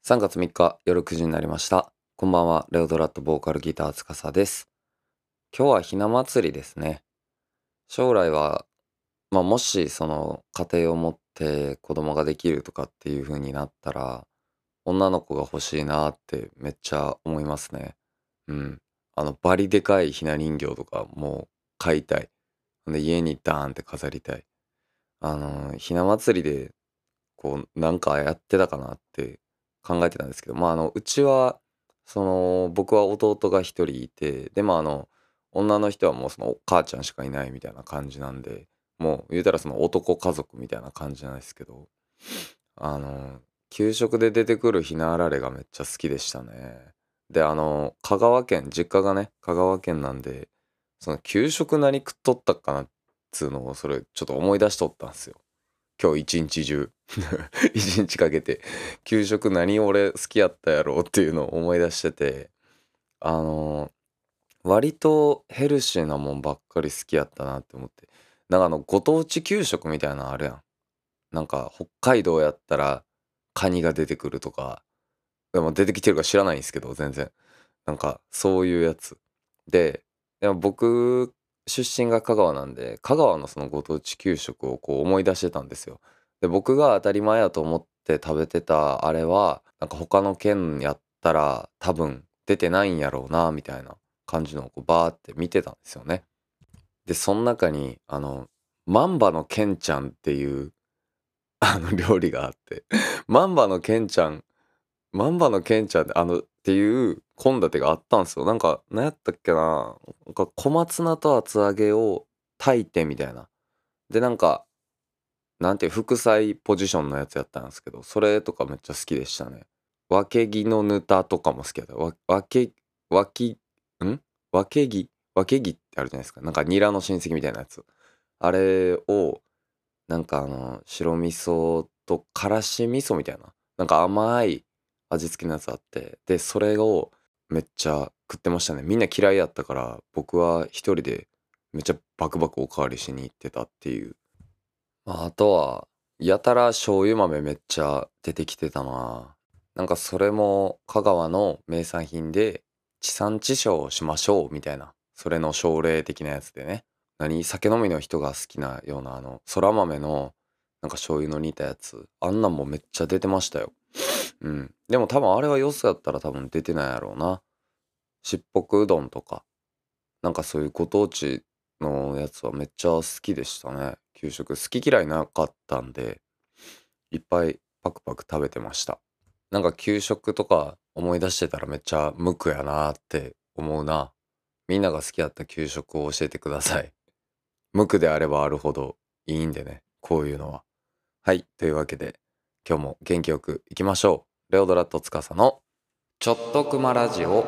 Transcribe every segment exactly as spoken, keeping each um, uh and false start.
さんがつみっか夜くじになりました。こんばんは、レオドラットボーカルギター司です。今日はひな祭りですね。将来は、まあ、もしその家庭を持って子供ができるとかっていう風になったら、女の子が欲しいなってめっちゃ思いますね。うん。あの、バリでかいひな人形とかもう買いたい。で、家にダーンって飾りたい。あの、ひな祭りでこう、なんかやってたかなって考えてたんですけど、まあ、あの、うちは、その、僕は弟が一人いて、で、まあ、あの、女の人はもうそのお母ちゃんしかいないみたいな感じなんで、もう言うたらその男家族みたいな感じなんですけど、あの、給食で出てくるひなあられがめっちゃ好きでしたね。で、あの、香川県、実家がね、香川県なんで、その給食何食っとったかなっつうのを、それちょっと思い出しとったんですよ。今日一日中一日かけて給食何俺好きやったやろっていうのを思い出してて、あの割とヘルシーなもんばっかり好きやったなって思って、なんかあのご当地給食みたいなのあるやん。なんか北海道やったらカニが出てくるとか、でも出てきてるか知らないんですけど全然、なんかそういうやつで、でも僕出身が香川なんで、香川のそのご当地給食をこう思い出してたんですよ。で、僕が当たり前やと思って食べてたあれは、なんか他の県やったら多分出てないんやろうなみたいな感じのをこうバーって見てたんですよね。で、その中にあのマンバのケンちゃんっていうあの料理があって、マンバのケンちゃんマンバのケンちゃんってあのっていう献立があったんですよ。なんか、なんやったっけな。なんか小松菜と厚揚げを炊いてみたいな。で、なんか、なんていう副菜ポジションのやつやったんですけど、それとかめっちゃ好きでしたね。わけぎのぬたとかも好きだった。わ、わけ、わき、んわけぎわけぎってあるじゃないですか。なんかニラの親戚みたいなやつ。あれを、なんかあの、白味噌とからし味噌みたいな、なんか甘い味付けのやつあって、で、それをめっちゃ食ってましたね。みんな嫌いやったから、僕は一人でめっちゃバクバクおかわりしに行ってたっていう。まあ、あとは、やたら醤油豆めっちゃ出てきてたな。なんかそれも香川の名産品で、地産地消をしましょうみたいな、それの奨励的なやつでね。何酒飲みの人が好きなようなあの、そら豆のなんか醤油の煮たやつ。あんなんもめっちゃ出てましたよ。うん。でも多分あれはよそやったら多分出てないやろうな。しっぽくうどんとか、なんかそういうご当地のやつはめっちゃ好きでしたね。給食。好き嫌いなかったんで、いっぱいパクパク食べてました。なんか給食とか思い出してたらめっちゃ無垢やなって思うな。みんなが好きだった給食を教えてください。無垢であればあるほどいいんでね、こういうのは。はい、というわけで、今日も元気よくいきましょう。レオドラット司のちょっとクマラジオ。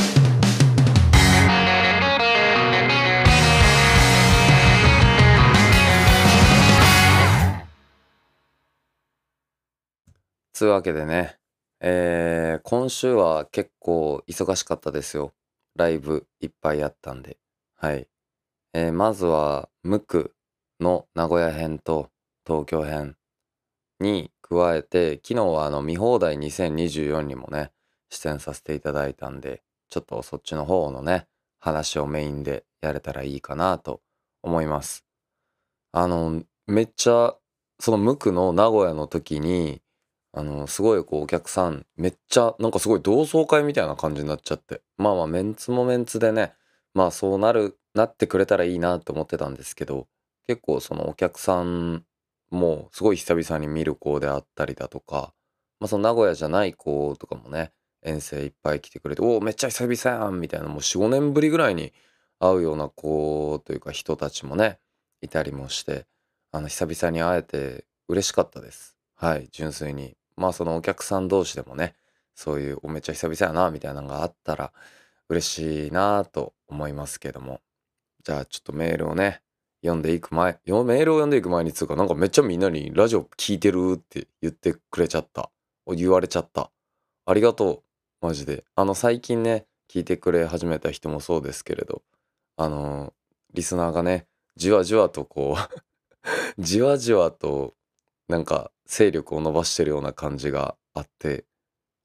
つうわけでね、えー、今週は結構忙しかったですよ。ライブいっぱいやったんで。はい。えー、まずは、ムクの名古屋編と東京編に加えて、昨日はあの見放題にせんにじゅうよんにもね、出演させていただいたんで、ちょっとそっちの方のね、話をメインでやれたらいいかなと思います。あの、めっちゃ、そのムクの名古屋の時に、あの、すごいこうお客さん、めっちゃ、なんかすごい同窓会みたいな感じになっちゃって。まあまあ、メンツもメンツでね、まあそうなる、なってくれたらいいなと思ってたんですけど、結構そのお客さんもすごい久々に見る子であったりだとか、まあその名古屋じゃない子とかもね、遠征いっぱい来てくれて、おお、めっちゃ久々やんみたいな、もうよん、ごねんぶりぐらいに会うような子というか人たちもね、いたりもして、あの、久々に会えて嬉しかったです。はい、純粋に。まあ、そのお客さん同士でもね、そういうおめっちゃ久々やな、みたいなのがあったら嬉しいなと思いますけども。じゃあ、ちょっとメールをね、読んでいく前、よメールを読んでいく前につうか、なんかめっちゃみんなにラジオ聞いてるって言ってくれちゃった。お言われちゃった。ありがとう。マジで。あの、最近ね、聞いてくれ始めた人もそうですけれど、あの、リスナーがね、じわじわとこうじわじわとなんか勢力を伸ばしてるような感じがあって、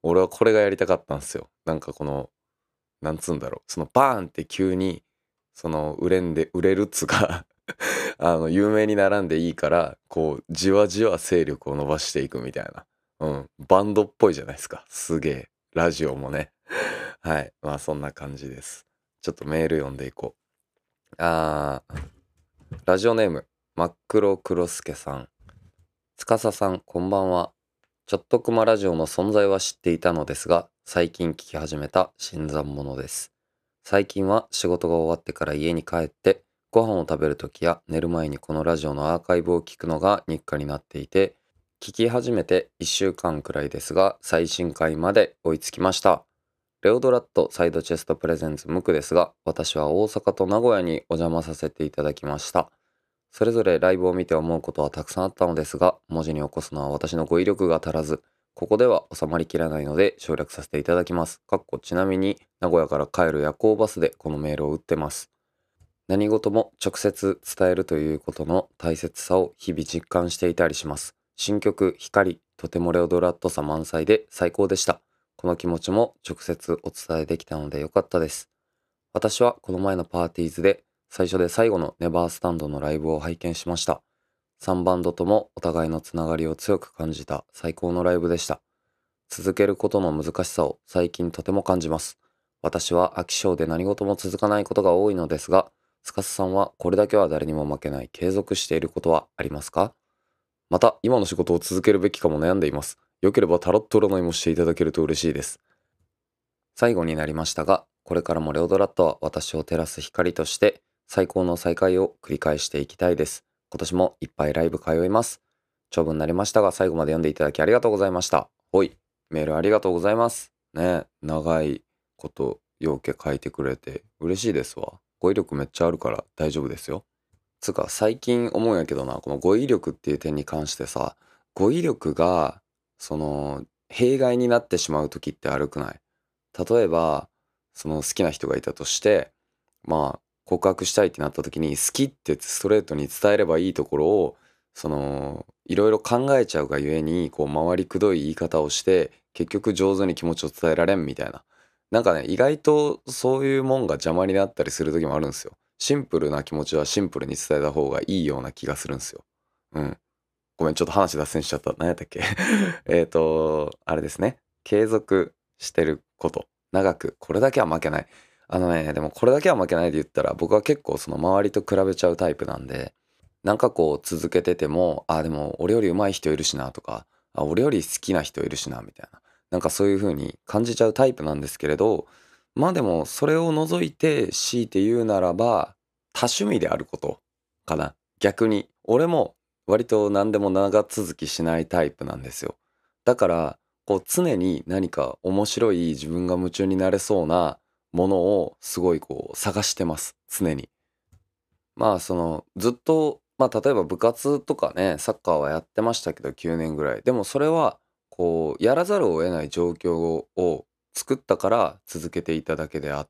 俺はこれがやりたかったんですよ。なんかこの、なんつうんだろう、そのバーンって急に、その売れんで、売れるっつうかあの、有名にならんでいいから、こう、じわじわ勢力を伸ばしていくみたいな。うん。バンドっぽいじゃないですか。すげえ。ラジオもね。はい。まあそんな感じです。ちょっとメール読んでいこう。あー、ラジオネーム、真っ黒黒助さん。つかささん、こんばんは。ちょっとくまラジオの存在は知っていたのですが、最近聞き始めた新参者です。最近は仕事が終わってから家に帰って、ご飯を食べるときや寝る前にこのラジオのアーカイブを聞くのが日課になっていて、聞き始めていっしゅうかんくらいですが、最新回まで追いつきました。レオドラットサイドチェストプレゼンツムクですが、私は大阪と名古屋にお邪魔させていただきました。それぞれライブを見て思うことはたくさんあったのですが、文字に起こすのは私の語彙力が足らず、ここでは収まりきらないので省略させていただきます。かっこちなみに、名古屋から帰る夜行バスでこのメールを打ってます。何事も直接伝えるということの大切さを日々実感していたりします。新曲光、とてもレオドラットさ満載で最高でした。この気持ちも直接お伝えできたのでよかったです。私はこの前のパーティーズで最初で最後のネバースタンドのライブを拝見しました。さんバンドともお互いのつながりを強く感じた最高のライブでした。続けることの難しさを最近とても感じます。私は飽き性で何事も続かないことが多いのですが、スカスさんはこれだけは誰にも負けない継続していることはありますか？また、今の仕事を続けるべきかも悩んでいます。よければタロット占いもしていただけると嬉しいです。最後になりましたが、これからもレオドラットは私を照らす光として、最高の再会を繰り返していきたいです。今年もいっぱいライブ通います。長文になりましたが、最後まで読んでいただきありがとうございました。ほい、メールありがとうございます。ね、長いこと、ようけ書いてくれて嬉しいですわ。語彙力めっちゃあるから大丈夫ですよ。つうか、最近思うんやけどな、この語彙力っていう点に関してさ、語彙力が、その、弊害になってしまう時ってあるくない？例えば、その好きな人がいたとして、まあ、告白したいってなった時に、好きってストレートに伝えればいいところを、その、いろいろ考えちゃうがゆえに、こう、回りくどい言い方をして、結局上手に気持ちを伝えられんみたいな。なんかね、意外とそういうもんが邪魔になったりする時もあるんですよ。シンプルな気持ちはシンプルに伝えた方がいいような気がするんですよ。うん。ごめん、ちょっと話脱線しちゃった。何やったっけえっと、あれですね。継続してること。長く、これだけは負けない。あのね、でもこれだけは負けないで言ったら、僕は結構その周りと比べちゃうタイプなんで、なんかこう続けてても、あ、でも俺より上手い人いるしなとか、あ、俺より好きな人いるしなみたいな。なんかそういう風に感じちゃうタイプなんですけれど、まあでもそれを除いて強いて言うならば、多趣味であることかな。逆に。俺も割と何でも長続きしないタイプなんですよ。だから、こう常に何か面白い自分が夢中になれそうなものをすごいこう探してます。常に。まあそのずっと、まあ例えば部活とかね、サッカーはやってましたけどきゅうねんぐらい。でもそれはこうやらざるを得ない状況を作ったから続けていただけであって、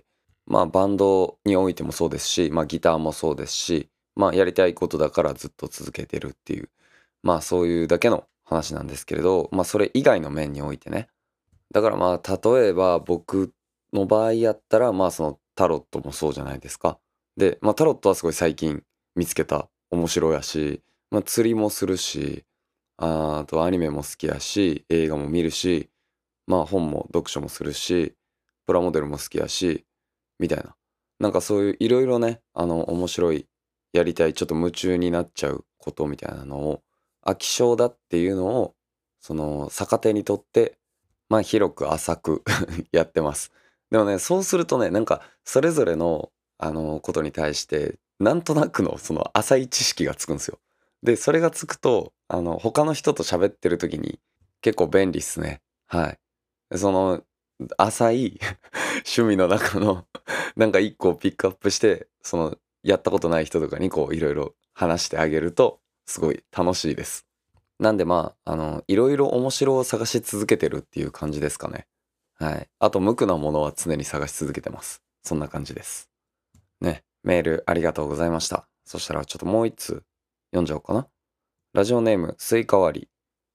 まあバンドにおいてもそうですし、まあギターもそうですし、まあやりたいことだからずっと続けてるっていう、まあそういうだけの話なんですけれど、まあそれ以外の面においてね。だからまあ例えば僕の場合やったら、まあそのタロットもそうじゃないですか。で、まあタロットはすごい最近見つけた面白いやし、まあ釣りもするし、ああとアニメも好きやし、映画も見るし、まあ本も読書もするし、プラモデルも好きやし、みたいな。なんかそういういろいろね、あの面白い、やりたい、ちょっと夢中になっちゃうことみたいなのを、飽き性だっていうのを、その逆手にとって、まあ広く浅くやってます。でもね、そうするとね、なんかそれぞれの、あのことに対して、なんとなくのその浅い知識がつくんですよ。で、それがつくと、あの他の人と喋ってる時に結構便利っすね。はい。その浅い趣味の中のなんか一個をピックアップして、そのやったことない人とかにこういろいろ話してあげるとすごい楽しいです。なんでまあ、あの、いろいろ面白を探し続けてるっていう感じですかね。はい。あと無垢なものは常に探し続けてます。そんな感じです。ね、メールありがとうございました。そしたらちょっともう一通読んじゃおうかな。ラジオネームスイカ割り。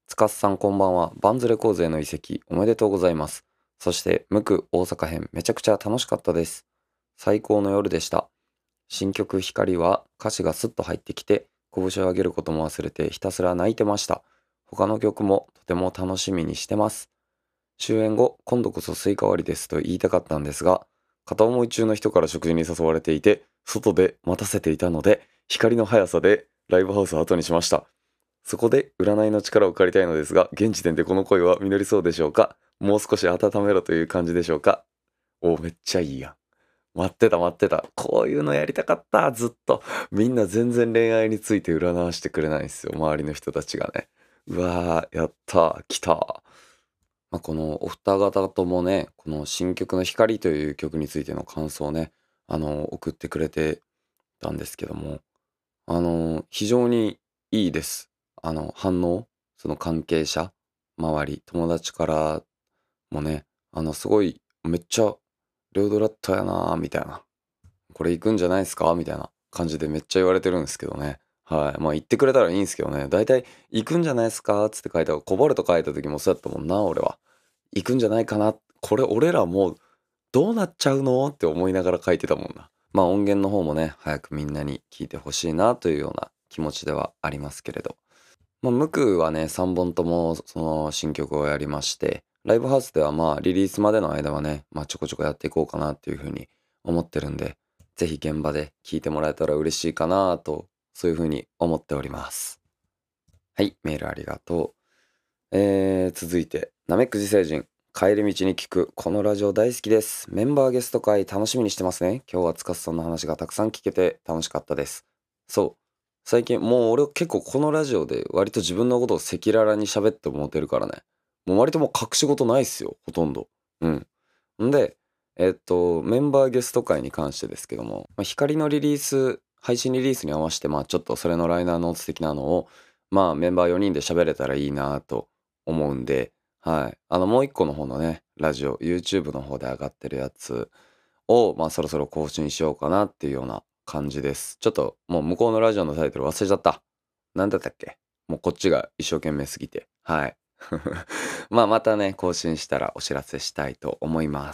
つかっさんこんばんは。バンズレコーズへの移籍おめでとうございます。そして、無垢大阪編めちゃくちゃ楽しかったです。最高の夜でした。新曲光は歌詞がスッと入ってきて、拳を上げることも忘れてひたすら泣いてました。他の曲もとても楽しみにしてます。終演後、今度こそスイカ割りですと言いたかったんですが、片思い中の人から食事に誘われていて、外で待たせていたので、光の速さでライブハウスを後にしました。そこで占いの力を借りたいのですが、現時点でこの恋は実りそうでしょうか？もう少し温めろという感じでしょうか？お、めっちゃいいやん。待ってた待ってた。こういうのやりたかった、ずっと。みんな全然恋愛について占わしてくれないんですよ、周りの人たちがね。うわー、やったー、来たー。まあ、このお二方ともね、この新曲の光という曲についての感想をね、あの、送ってくれてたんですけども、あの、非常にいいです。あの、反応、その関係者、周り、友達からもね、あの、すごい、めっちゃ、両ドラットやなーみたいな、これ行くんじゃないですかみたいな感じでめっちゃ言われてるんですけどね。はい。まあ言ってくれたらいいんですけどね。だいたい行くんじゃないですかつって書いた、コバルト書いた時もそうやったもんな、俺は。行くんじゃないかな。これ俺らもうどうなっちゃうのって思いながら書いてたもんな。まあ音源の方もね、早くみんなに聞いてほしいなというような気持ちではありますけれど。まあ、ムクはね、さんぼんともその新曲をやりまして、ライブハウスではまあリリースまでの間はね、まあちょこちょこやっていこうかなっていうふうに思ってるんで、ぜひ現場で聴いてもらえたら嬉しいかなと、そういうふうに思っております。はい、メールありがとう。えー、続いて、ナメック星星人。帰り道に聞く、このラジオ大好きです。メンバーゲスト会楽しみにしてますね。今日はつかさんの話がたくさん聞けて楽しかったです。そう。最近、もう俺結構このラジオで割と自分のことを赤裸々に喋って思ってるからね。もう割ともう隠し事ないっすよ、ほとんど。うん。んで、えっと、メンバーゲスト会に関してですけども、まあ、光のリリース、配信リリースに合わせて、まあちょっとそれのライナーノーツ的なのを、まあメンバーよにんで喋れたらいいなと思うんで、はい。あのもう一個の方のね、ラジオ、YouTube の方で上がってるやつを、まあそろそろ更新しようかなっていうような感じです。ちょっともう向こうのラジオのタイトル忘れちゃった。なんだったっけ？もうこっちが一生懸命すぎて。はい。まあまたね、更新したらお知らせしたいと思います。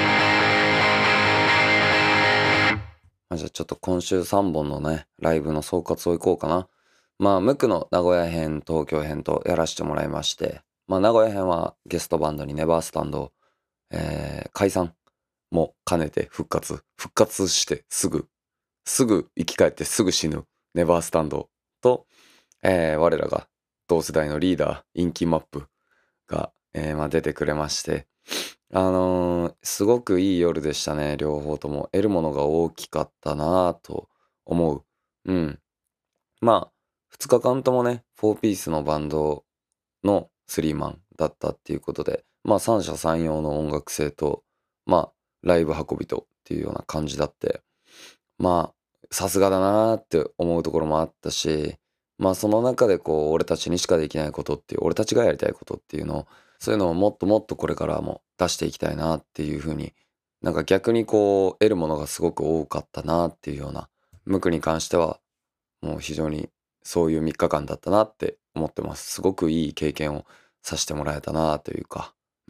まあ、じゃあちょっと今週さんぼんのね、ライブの総括をいこうかな。まあ、無垢の名古屋編、東京編とやらせてもらいまして、まあ、名古屋編はゲストバンドにネバースタンド、えー解散も兼ねて復活。復活してすぐ、すぐ生き返ってすぐ死ぬネバースタンドと、えー我らが同世代のリーダー、インキーマップが、えーまあ、出てくれまして、あのーすごくいい夜でしたね、両方とも。得るものが大きかったなぁと思う。うん。まあ、ふつかかんともね、フォーピースのバンドのスリーマンだったっていうことで、まあ三者三様の音楽性と、まあライブ運びとっていうような感じだって、まあさすがだなーって思うところもあったし、まあその中でこう俺たちにしかできないことっていう、俺たちがやりたいことっていうのを、そういうのをもっともっとこれからも出していきたいなっていうふうに、なんか逆にこう得るものがすごく多かったなっていうような、ムクに関してはもう非常にそういうみっかかんだったなって思ってます。すごくいい経験をさせてもらえたなというか、うん、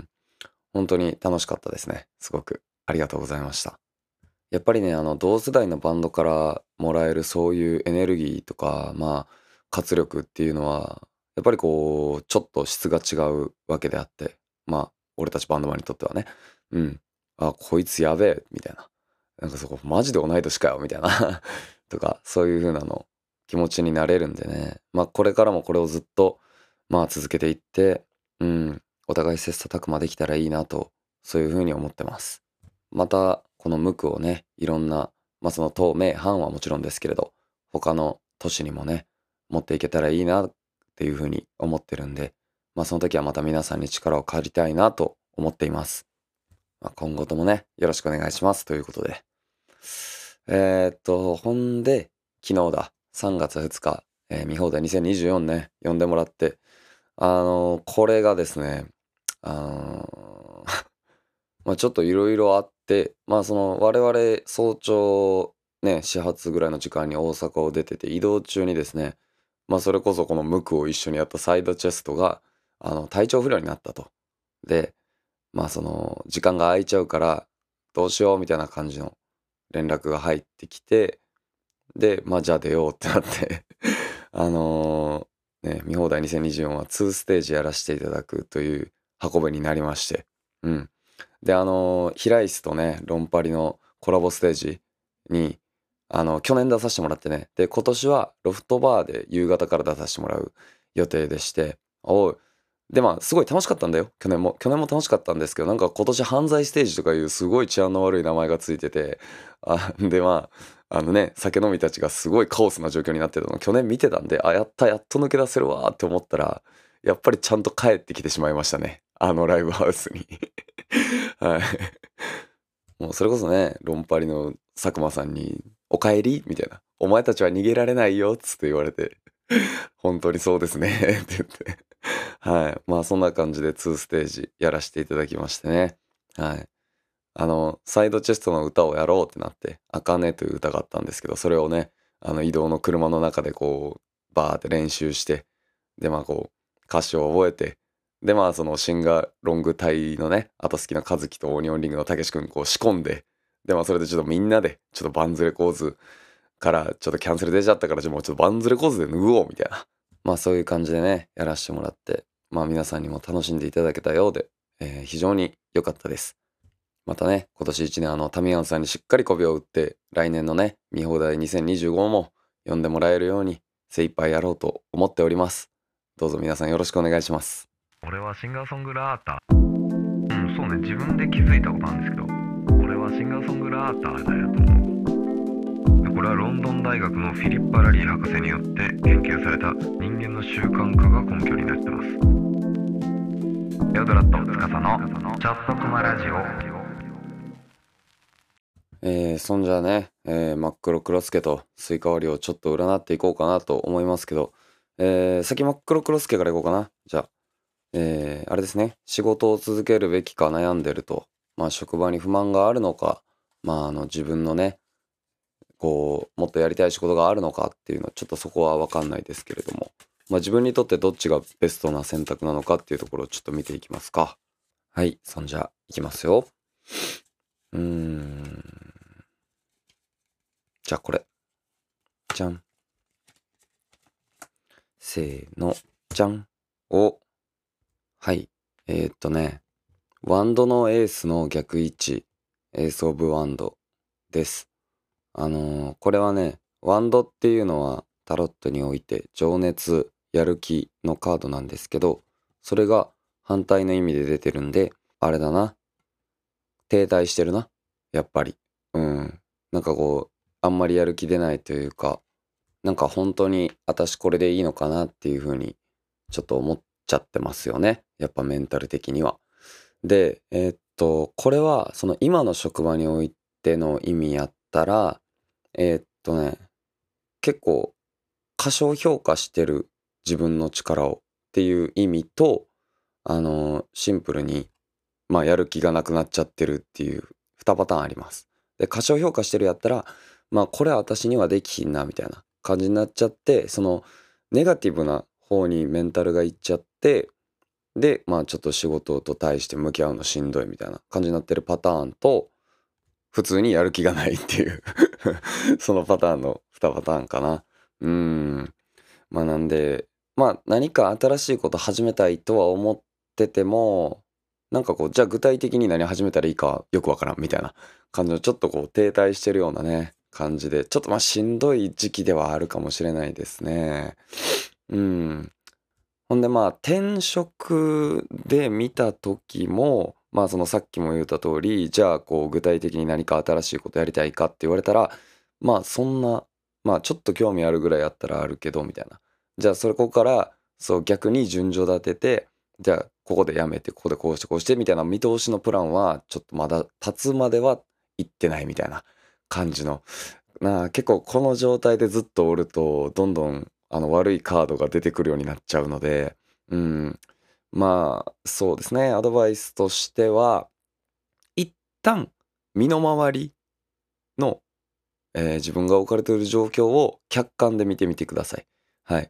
本当に楽しかったですね。すごくありがとうございました。やっぱりね、あの同世代のバンドからもらえるそういうエネルギーとか、まあ活力っていうのは、やっぱりこう、ちょっと質が違うわけであって、まあ、俺たちバンドマンにとってはね、うん、あ、こいつやべえ、みたいな。なんかそこ、マジで同い年かよ、みたいなとか、そういう風なの、気持ちになれるんでね。まあ、これからもこれをずっと、まあ、続けていって、うん、お互い切磋琢磨できたらいいなと、そういう風に思ってます。また、この無垢をね、いろんな、まあ、その東名阪はもちろんですけれど、他の都市にもね、持っていけたらいいなっていう風に思ってるんで、まあ、その時はまた皆さんに力を借りたいなと思っています。まあ、今後ともね、よろしくお願いしますということで。えーっと、ほんで、昨日だ、さんがつふつか、えー見放題にせんにじゅうよんね、呼んでもらって、あのーこれがですね、あのーまあちょっといろいろあって、まあその我々早朝ね、始発ぐらいの時間に大阪を出てて移動中にですね、 まあそれこそこの無垢を一緒にやったサイドチェストが、あの、体調不良になったと。で、まあその、時間が空いちゃうから、どうしようみたいな感じの連絡が入ってきて、で、まあじゃあ出ようってなってあのーね、見放題にせんにじゅうよんはにステージやらせていただくという運びになりまして。うん。で、あのー、平石とね、ロンパリのコラボステージに、あの、去年出させてもらってね。で、今年はロフトバーで夕方から出させてもらう予定でして、おう。で、まあ、すごい楽しかったんだよ。去年も。去年も楽しかったんですけど、なんか今年犯罪ステージとかいうすごい治安の悪い名前がついてて、あ、で、まあ、あのね、酒飲みたちがすごいカオスな状況になってたのを去年見てたんで、あ、やった、やっと抜け出せるわーって思ったら、やっぱりちゃんと帰ってきてしまいましたね。あのライブハウスにはい。もうそれこそね、ロンパリの佐久間さんに、おかえりみたいな。お前たちは逃げられないよっつって言われて、本当にそうですねって言ってはい。まあそんな感じでにステージやらせていただきましてね。はい。あの、サイドチェストの歌をやろうってなって、あかねという歌があったんですけど、それをね、あの移動の車の中でこう、バーって練習して、でまあこう、歌詞を覚えて、でまあそのシンガロング隊のね、あと好きな和樹とオニオンリングのたけし君こう仕込んで、でまあそれでちょっとみんなで、ちょっとバンズレコーズからちょっとキャンセル出ちゃったから、じゃあもうちょっとバンズレコーズで脱ごうみたいな。まあそういう感じでね、やらせてもらって、まあ皆さんにも楽しんでいただけたようで、えー非常に良かったです。またね、今年一年あの、タミヤンさんにしっかり媚びを打って、来年のね、見放題にせんにじゅうごも呼んでもらえるように精一杯やろうと思っております。どうぞ皆さんよろしくお願いします。 俺はシンガーソングラーター。うん、そうね、自分で気づいたことなんですけど、俺はシンガーソングラーターだよと思う。でこれはロンドン大学のフィリッパ・ラリー博士によって研究された人間の習慣化が根拠になってます。エオドラット司のチャットクマラジオ。 えー、そんじゃあね、えー、真っ黒クロスケとスイカ割りをちょっと占っていこうかなと思いますけど、えー、先真っ黒クロスケからいこうかな。じゃあ、えー、あれですね、仕事を続けるべきか悩んでると、まあ職場に不満があるのか、まああの自分のね、こう、もっとやりたい仕事があるのかっていうのはちょっとそこはわかんないですけれども、まあ自分にとってどっちがベストな選択なのかっていうところをちょっと見ていきますか。はい、そんじゃいきますよ。うーん。じゃあこれ。じゃん。せーの。じゃん。お。はい。えー、っとね。ワンドのエースの逆位置。エースオブワンドです。あのーこれはね、ワンドっていうのはタロットにおいて情熱、やる気のカードなんですけど、それが反対の意味で出てるんで、あれだな。停滞してるな。やっぱり。うん。なんかこう、あんまりやる気出ないというか、なんか本当に私これでいいのかなっていう風にちょっと思っちゃってますよね。やっぱメンタル的には。で、えーっと、これはその今の職場においての意味やったら、えーっとね、結構過小評価してる自分の力をっていう意味と、あの、シンプルに、まあやる気がなくなっちゃってるっていうにパターンあります。で、過小評価してるやったら、まあこれは私にはできひんなみたいな感じになっちゃって、そのネガティブな方にメンタルがいっちゃって、で、まあちょっと仕事と対して向き合うのしんどいみたいな感じになってるパターンと、普通にやる気がないっていうそのパターンのにパターンかな。うーん。まあなんで、まあ何か新しいこと始めたいとは思ってても、なんかこう、じゃあ具体的に何始めたらいいかよくわからんみたいな感じのちょっとこう停滞してるようなね、感じで、ちょっとまあしんどい時期ではあるかもしれないですね。うん。ほんでまあ転職で見た時も、まあそのさっきも言った通り、じゃあこう具体的に何か新しいことやりたいかって言われたら、まあそんな、まあちょっと興味あるぐらいやったらあるけどみたいな。じゃあそれここからそう逆に順序立てて、じゃあここでやめて、ここでこうしてこうしてみたいな見通しのプランはちょっとまだ立つまでは行ってないみたいな感じの。なあ、結構この状態でずっとおると、どんどんあの悪いカードが出てくるようになっちゃうので、うん、まあそうですね、アドバイスとしては、一旦身の回りの、えー自分が置かれている状況を客観で見てみてください。はい。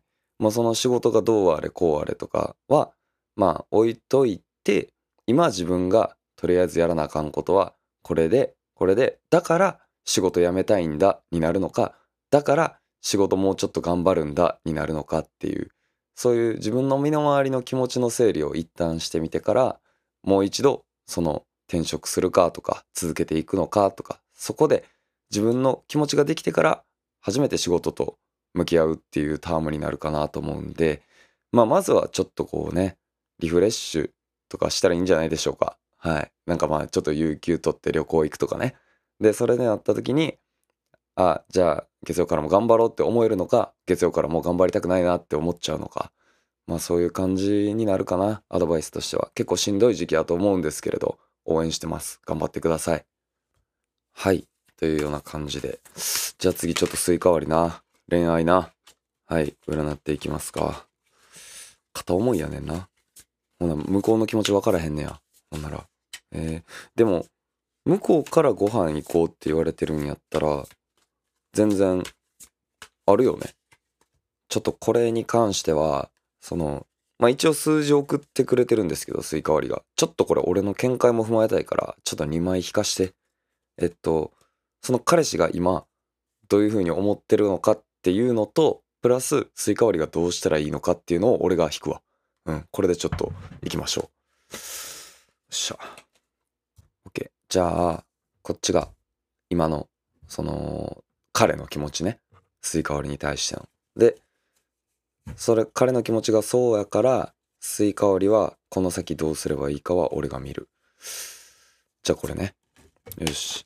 まあその仕事がどうあれこうあれとかは、まあ置いといて、今自分がとりあえずやらなあかんことは、これで、これで、だから仕事辞めたいんだになるのか、だから仕事もうちょっと頑張るんだになるのかっていう、そういう自分の身の回りの気持ちの整理を一旦してみてから、もう一度その転職するかとか続けていくのかとか、そこで自分の気持ちができてから初めて仕事と向き合うっていうタームになるかなと思うんで、まあまずはちょっとこうね、リフレッシュとかしたらいいんじゃないでしょうか。はい。なんかまあちょっと有給取って旅行行くとかね。で、それでなった時に、あ、じゃあ月曜からも頑張ろうって思えるのか、月曜からもう頑張りたくないなって思っちゃうのか。まあそういう感じになるかな、アドバイスとしては。結構しんどい時期だと思うんですけれど、応援してます。頑張ってください。はい。というような感じで。じゃあ次ちょっとスイカ割りな。恋愛な。はい。占っていきますか。片思いやねんな。ほな、向こうの気持ち分からへんねや。ほんなら。えー、でも、向こうからご飯行こうって言われてるんやったら、全然あるよね。ちょっとこれに関しては、その、まあ一応数字送ってくれてるんですけど、スイカ割りが。ちょっとこれ俺の見解も踏まえたいから、ちょっとにまい引かして。えっと、その彼氏が今、どういうふうに思ってるのかっていうのと、プラススイカ割りがどうしたらいいのかっていうのを俺が引くわ。うん、これでちょっと行きましょう。よっしゃ。OK。じゃあ、こっちが今の、その、彼の気持ちね。スイカ割りに対しての。で、それ、彼の気持ちがそうやから、スイカ割りはこの先どうすればいいかは俺が見る。じゃあこれね。よし。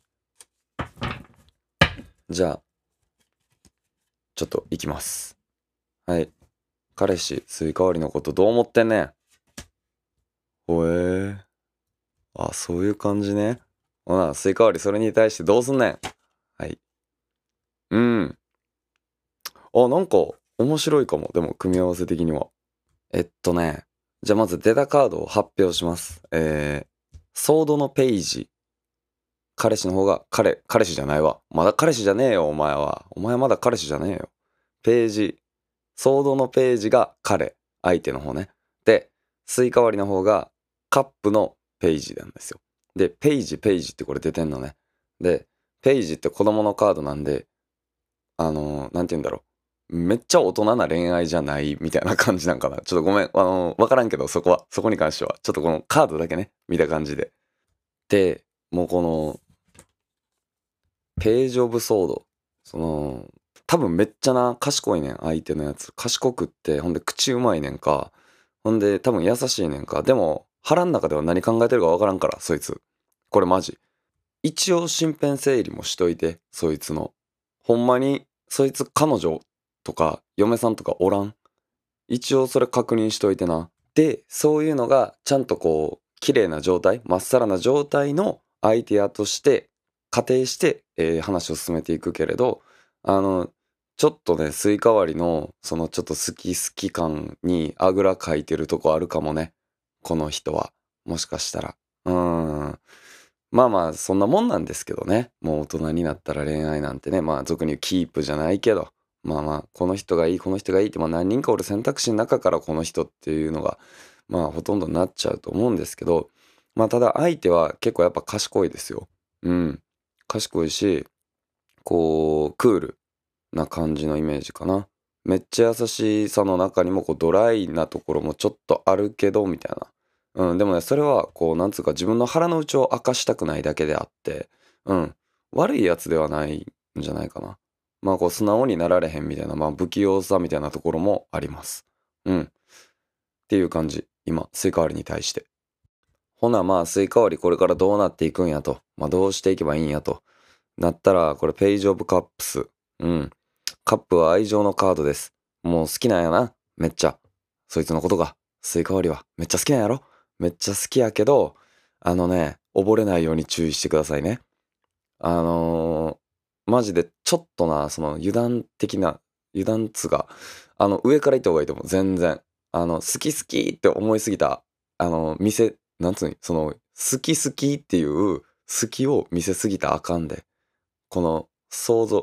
じゃあ、ちょっと行きます。はい。彼氏、スイカ割りのことどう思ってんねん。ほえー。あ、そういう感じね。ほな、スイカ割りそれに対してどうすんねん。はい。うん。あ、なんか面白いかも。でも、組み合わせ的には。えっとね。じゃあまず出たカードを発表します。えー、ソードのページ。彼氏の方が、彼、彼氏じゃないわ。まだ彼氏じゃねえよ、お前は。お前まだ彼氏じゃねえよ。ページ。ソードのページが彼。相手の方ね。で、スイカ割りの方がカップのページなんですよ。で、ページ、ページってこれ出てんのね。で、ページって子供のカードなんで、あのー、なんて言うんだろう。めっちゃ大人な恋愛じゃないみたいな感じなんかな。ちょっとごめん。あのー、わからんけど、そこは、そこに関しては。ちょっとこのカードだけね、見た感じで。で、もうこの、ページオブソード。その、多分めっちゃな、賢いねん、相手のやつ。賢くって、ほんで口うまいねんか。ほんで多分優しいねんか。でも、腹ん中では何考えてるかわからんから、そいつ。これマジ。一応身辺整理もしといて、そいつの。ほんまに、そいつ彼女とか嫁さんとかおらん。一応それ確認しといてな。で、そういうのがちゃんとこう、綺麗な状態、まっさらな状態のアイデアとして仮定して、えー話を進めていくけれど、あの、ちょっとね、スイカ割りの、そのちょっと好き好き感にあぐらかいてるとこあるかもね。この人は。もしかしたら。うーん。まあまあ、そんなもんなんですけどね。もう大人になったら恋愛なんてね、まあ俗に言うキープじゃないけど、まあまあ、この人がいい、この人がいいって、まあ何人かおる選択肢の中からこの人っていうのが、まあほとんどになっちゃうと思うんですけど、まあただ相手は結構やっぱ賢いですよ。うん。賢いし、こう、クールな感じのイメージかな。めっちゃ優しさの中にもこうドライなところもちょっとあるけど、みたいな。うん、でもね、それはこう、なんつうか自分の腹の内を明かしたくないだけであって、うん、悪いやつではないんじゃないかな。まあこう、素直になられへんみたいな、まあ不器用さみたいなところもあります。うん。っていう感じ。今、スイカ割りに対して。ほなまあ、スイカ割りこれからどうなっていくんやと。まあどうしていけばいいんやと。なったら、これページオブカップス。うん。カップは愛情のカードです。もう好きなんやな。めっちゃ。そいつのことが。スイカ割りは。めっちゃ好きなんやろ。めっちゃ好きやけど、あのね、溺れないように注意してくださいね。あのー、マジでちょっとな、その油断的な、油断っつうか、あの、上から行った方がいいと思う。全然。あの、好き好きって思いすぎた、あの、見せ、なんつうの、その、好き好きっていう好きを見せすぎたらあかんで。この想像、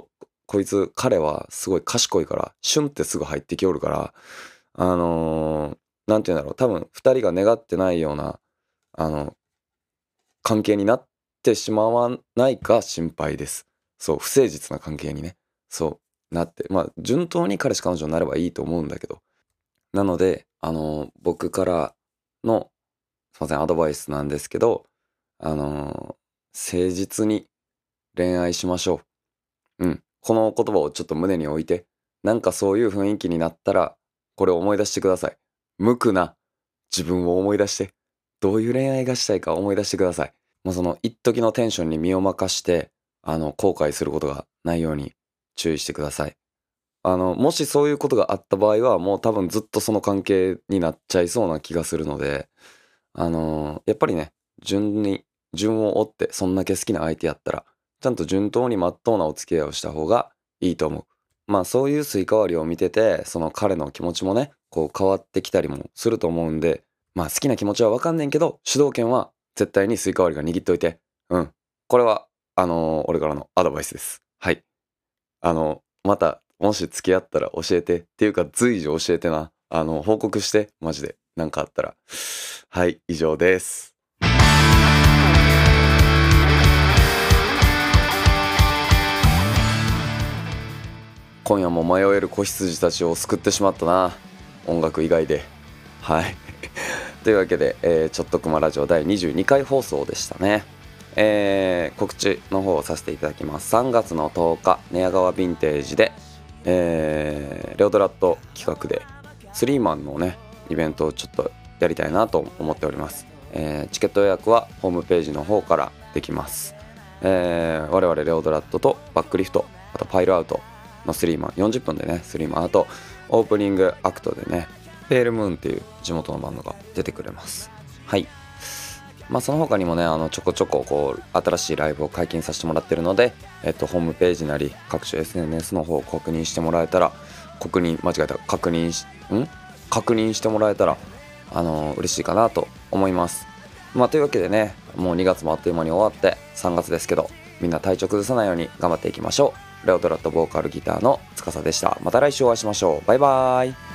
こいつ彼はすごい賢いからシュンってすぐ入ってきおるから、あのー、なんて言うんだろう、多分ふたりが願ってないようなあの関係になってしまわないか心配です。そう、不誠実な関係にね、そうなって、まあ順当に彼氏彼女になればいいと思うんだけど、なのであの僕からのすいませんアドバイスなんですけど、あの誠実に恋愛しましょう。うん、この言葉をちょっと胸に置いて、なんかそういう雰囲気になったらこれを思い出してください。無垢な自分を思い出して、どういう恋愛がしたいか思い出してください。もうその一時のテンションに身を任して、あの後悔することがないように注意してください。あのもしそういうことがあった場合はもう多分ずっとその関係になっちゃいそうな気がするので、あのやっぱりね、順に順を追って、そんだけ好きな相手やったらちゃんと順当にまっとうなお付き合いをした方がいいと思う。まあそういうスイカ割りを見てて、その彼の気持ちもねこう変わってきたりもすると思うんで、まあ好きな気持ちは分かんねんけど主導権は絶対にスイカ割りが握っといて。うん、これはあの俺からのアドバイスです。はい。あのまたもし付き合ったら教えてっていうか随時教えてな。あの報告してマジで何かあったら。はい、以上です。今夜も迷える子羊たちを救ってしまったな、音楽以外で。はいというわけで、えー、ちょっとくまラジオだいにじゅうにかい放送でしたね。えー、告知の方をさせていただきます。さんがつのとおか寝屋川ヴィンテージで、えー、レオドラット企画でスリーマンのねイベントをちょっとやりたいなと思っております。えー、チケット予約はホームページの方からできます。えー、我々レオドラットとバックリフト、あとパイルアウトのスリーマン、よんじゅっぷんでねスリーマン、あとオープニングアクトでねペールムーンっていう地元のバンドが出てくれます。はい。まあその他にもね、あのちょこちょここう新しいライブを解禁させてもらってるので、えっとホームページなり各種 エスエヌエス の方を確認してもらえたら、確認間違えた確認しん確認してもらえたらあの嬉しいかなと思います。まあというわけでね、もうにがつもあっという間に終わってさんがつですけど、みんな体調崩さないように頑張っていきましょう。レオドラットボーカルギターの司でした。また来週お会いしましょう。バイバーイ。